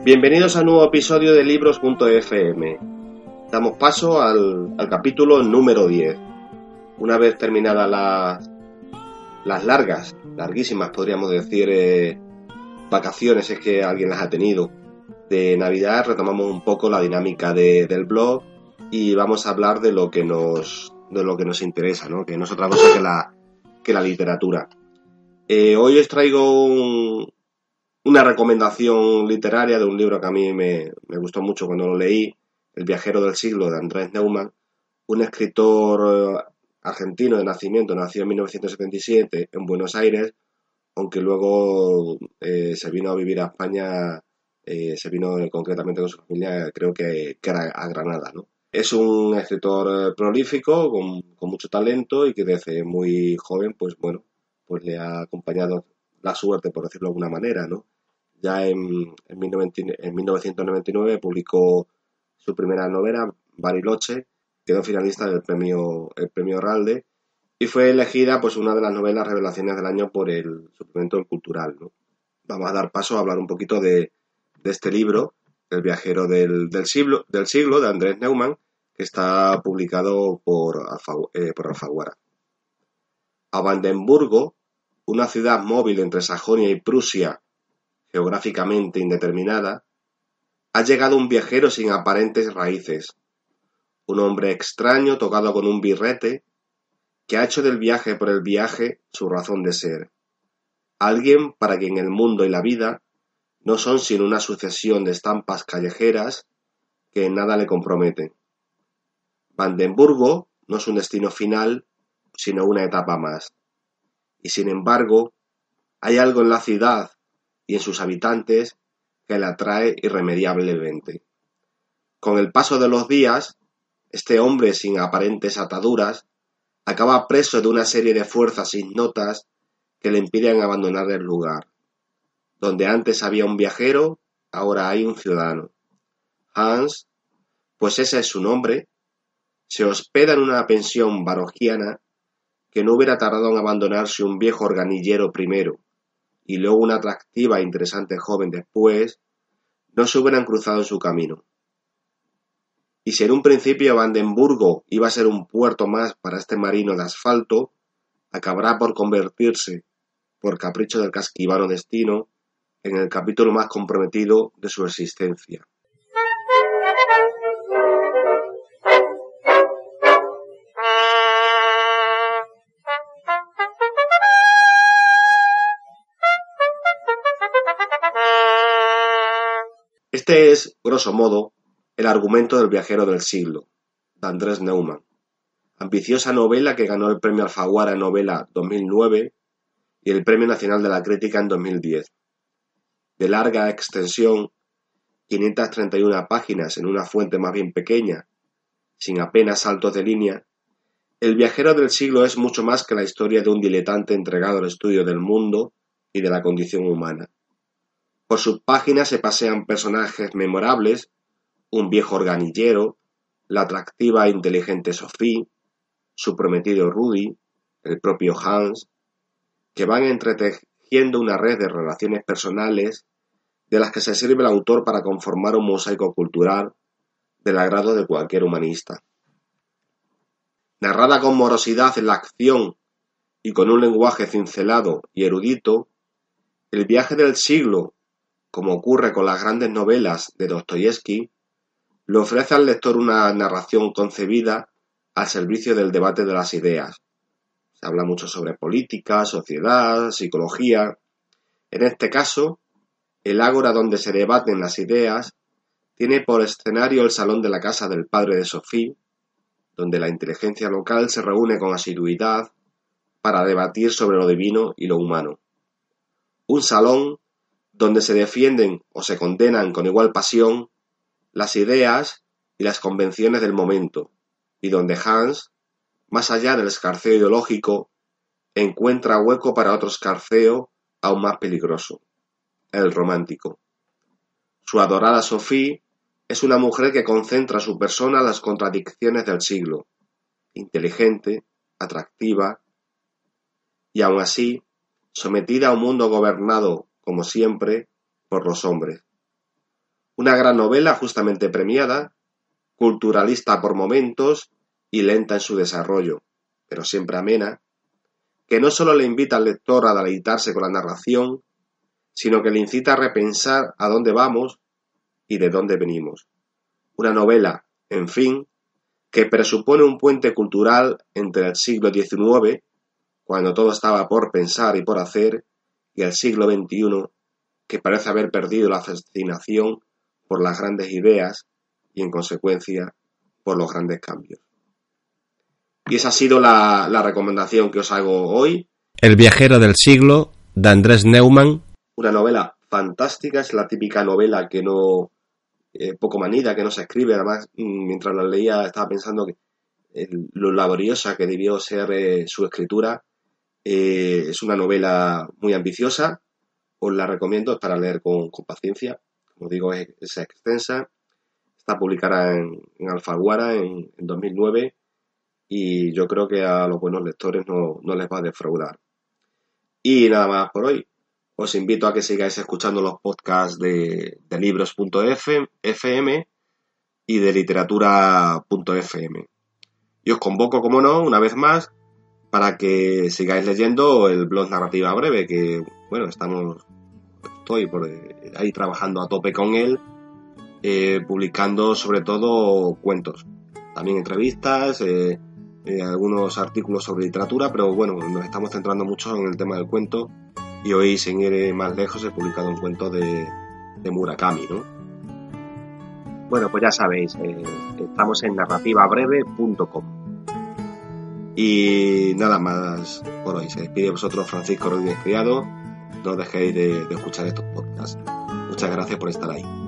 Bienvenidos a un nuevo episodio de Libros.fm. Damos paso al capítulo número 10. Una vez terminadas las larguísimas, podríamos decir, vacaciones, es que alguien las ha tenido, de Navidad, retomamos un poco la dinámica del blog y vamos a hablar de lo que nos interesa, ¿no? Que no es otra cosa que la literatura. Hoy os traigo una recomendación literaria de un libro que a mí me gustó mucho cuando lo leí, El viajero del siglo, de Andrés Neumann, un escritor argentino de nacimiento, nació en 1977 en Buenos Aires, aunque luego se vino a vivir a España, se vino concretamente con su familia, creo que era a Granada, ¿no? Es un escritor prolífico, con mucho talento y que desde muy joven, pues le ha acompañado la suerte, por decirlo de alguna manera, ¿no? Ya en 1999 publicó su primera novela, Bariloche, quedó finalista del premio Ralde y fue elegida pues una de las novelas revelaciones del año por el suplemento El Cultural, ¿no? Vamos a dar paso a hablar un poquito de este libro, El viajero del siglo, de Andrés Neumann, que está publicado por Alfaguara. A Brandenburgo, una ciudad móvil entre Sajonia y Prusia, geográficamente indeterminada, ha llegado un viajero sin aparentes raíces, un hombre extraño tocado con un birrete, que ha hecho del viaje por el viaje su razón de ser. Alguien para quien el mundo y la vida no son sino una sucesión de estampas callejeras que en nada le comprometen. Brandenburgo no es un destino final, sino una etapa más. Y sin embargo, hay algo en la ciudad y en sus habitantes que la atrae irremediablemente. Con el paso de los días, este hombre sin aparentes ataduras acaba preso de una serie de fuerzas ignotas que le impiden abandonar el lugar. Donde antes había un viajero, ahora hay un ciudadano. Hans, pues ese es su nombre, se hospeda en una pensión barogiana que no hubiera tardado en abandonarse un viejo organillero primero, y luego una atractiva e interesante joven después, no se hubieran cruzado en su camino. Y si en un principio Brandenburgo iba a ser un puerto más para este marino de asfalto, acabará por convertirse, por capricho del casquivano destino, en el capítulo más comprometido de su existencia. Este es, grosso modo, el argumento del viajero del siglo, de Andrés Neumann, ambiciosa novela que ganó el premio Alfaguara en novela 2009 y el Premio Nacional de la Crítica en 2010. De larga extensión, 531 páginas en una fuente más bien pequeña, sin apenas saltos de línea, El viajero del siglo es mucho más que la historia de un diletante entregado al estudio del mundo y de la condición humana. Por sus páginas se pasean personajes memorables, un viejo organillero, la atractiva e inteligente Sophie, su prometido Rudy, el propio Hans, que van entretejiendo una red de relaciones personales de las que se sirve el autor para conformar un mosaico cultural del agrado de cualquier humanista. Narrada con morosidad en la acción y con un lenguaje cincelado y erudito, El viaje del siglo, como ocurre con las grandes novelas de Dostoyevski, le ofrece al lector una narración concebida al servicio del debate de las ideas. Se habla mucho sobre política, sociedad, psicología. En este caso, el ágora donde se debaten las ideas tiene por escenario el salón de la casa del padre de Sophie, donde la inteligencia local se reúne con asiduidad para debatir sobre lo divino y lo humano. Un salón donde se defienden o se condenan con igual pasión las ideas y las convenciones del momento, y donde Hans, más allá del escarceo ideológico, encuentra hueco para otro escarceo aún más peligroso, el romántico. Su adorada Sophie es una mujer que concentra su persona en las contradicciones del siglo, inteligente, atractiva, y aun así sometida a un mundo gobernado, como siempre, por los hombres. Una gran novela justamente premiada, culturalista por momentos y lenta en su desarrollo, pero siempre amena, que no solo le invita al lector a deleitarse con la narración, sino que le incita a repensar a dónde vamos y de dónde venimos. Una novela, en fin, que presupone un puente cultural entre el siglo XIX, cuando todo estaba por pensar y por hacer, y el siglo XXI, que parece haber perdido la fascinación por las grandes ideas y, en consecuencia, por los grandes cambios. Y esa ha sido la recomendación que os hago hoy. El viajero del siglo, de Andrés Neumann. Una novela fantástica, es la típica novela que no... poco manida, que no se escribe. Además, mientras la leía estaba pensando que lo laboriosa que debió ser su escritura. Es una novela muy ambiciosa, os la recomiendo, es para leer con paciencia. Como digo, es extensa, está publicada en Alfaguara en 2009 y yo creo que a los buenos lectores no les va a defraudar. Y nada más por hoy. Os invito a que sigáis escuchando los podcasts de libros.fm y de literatura.fm. Y os convoco, como no, una vez más, para que sigáis leyendo el blog Narrativa Breve, que, bueno, estoy por ahí trabajando a tope con él, publicando sobre todo cuentos, también entrevistas, algunos artículos sobre literatura, pero bueno, nos estamos centrando mucho en el tema del cuento y hoy, sin ir más lejos, he publicado un cuento de Murakami, ¿no? Bueno, pues ya sabéis, estamos en narrativabreve.com. Y nada más por hoy. Se despide de vosotros Francisco Rodríguez Criado. No dejéis de escuchar estos podcasts. Muchas gracias por estar ahí.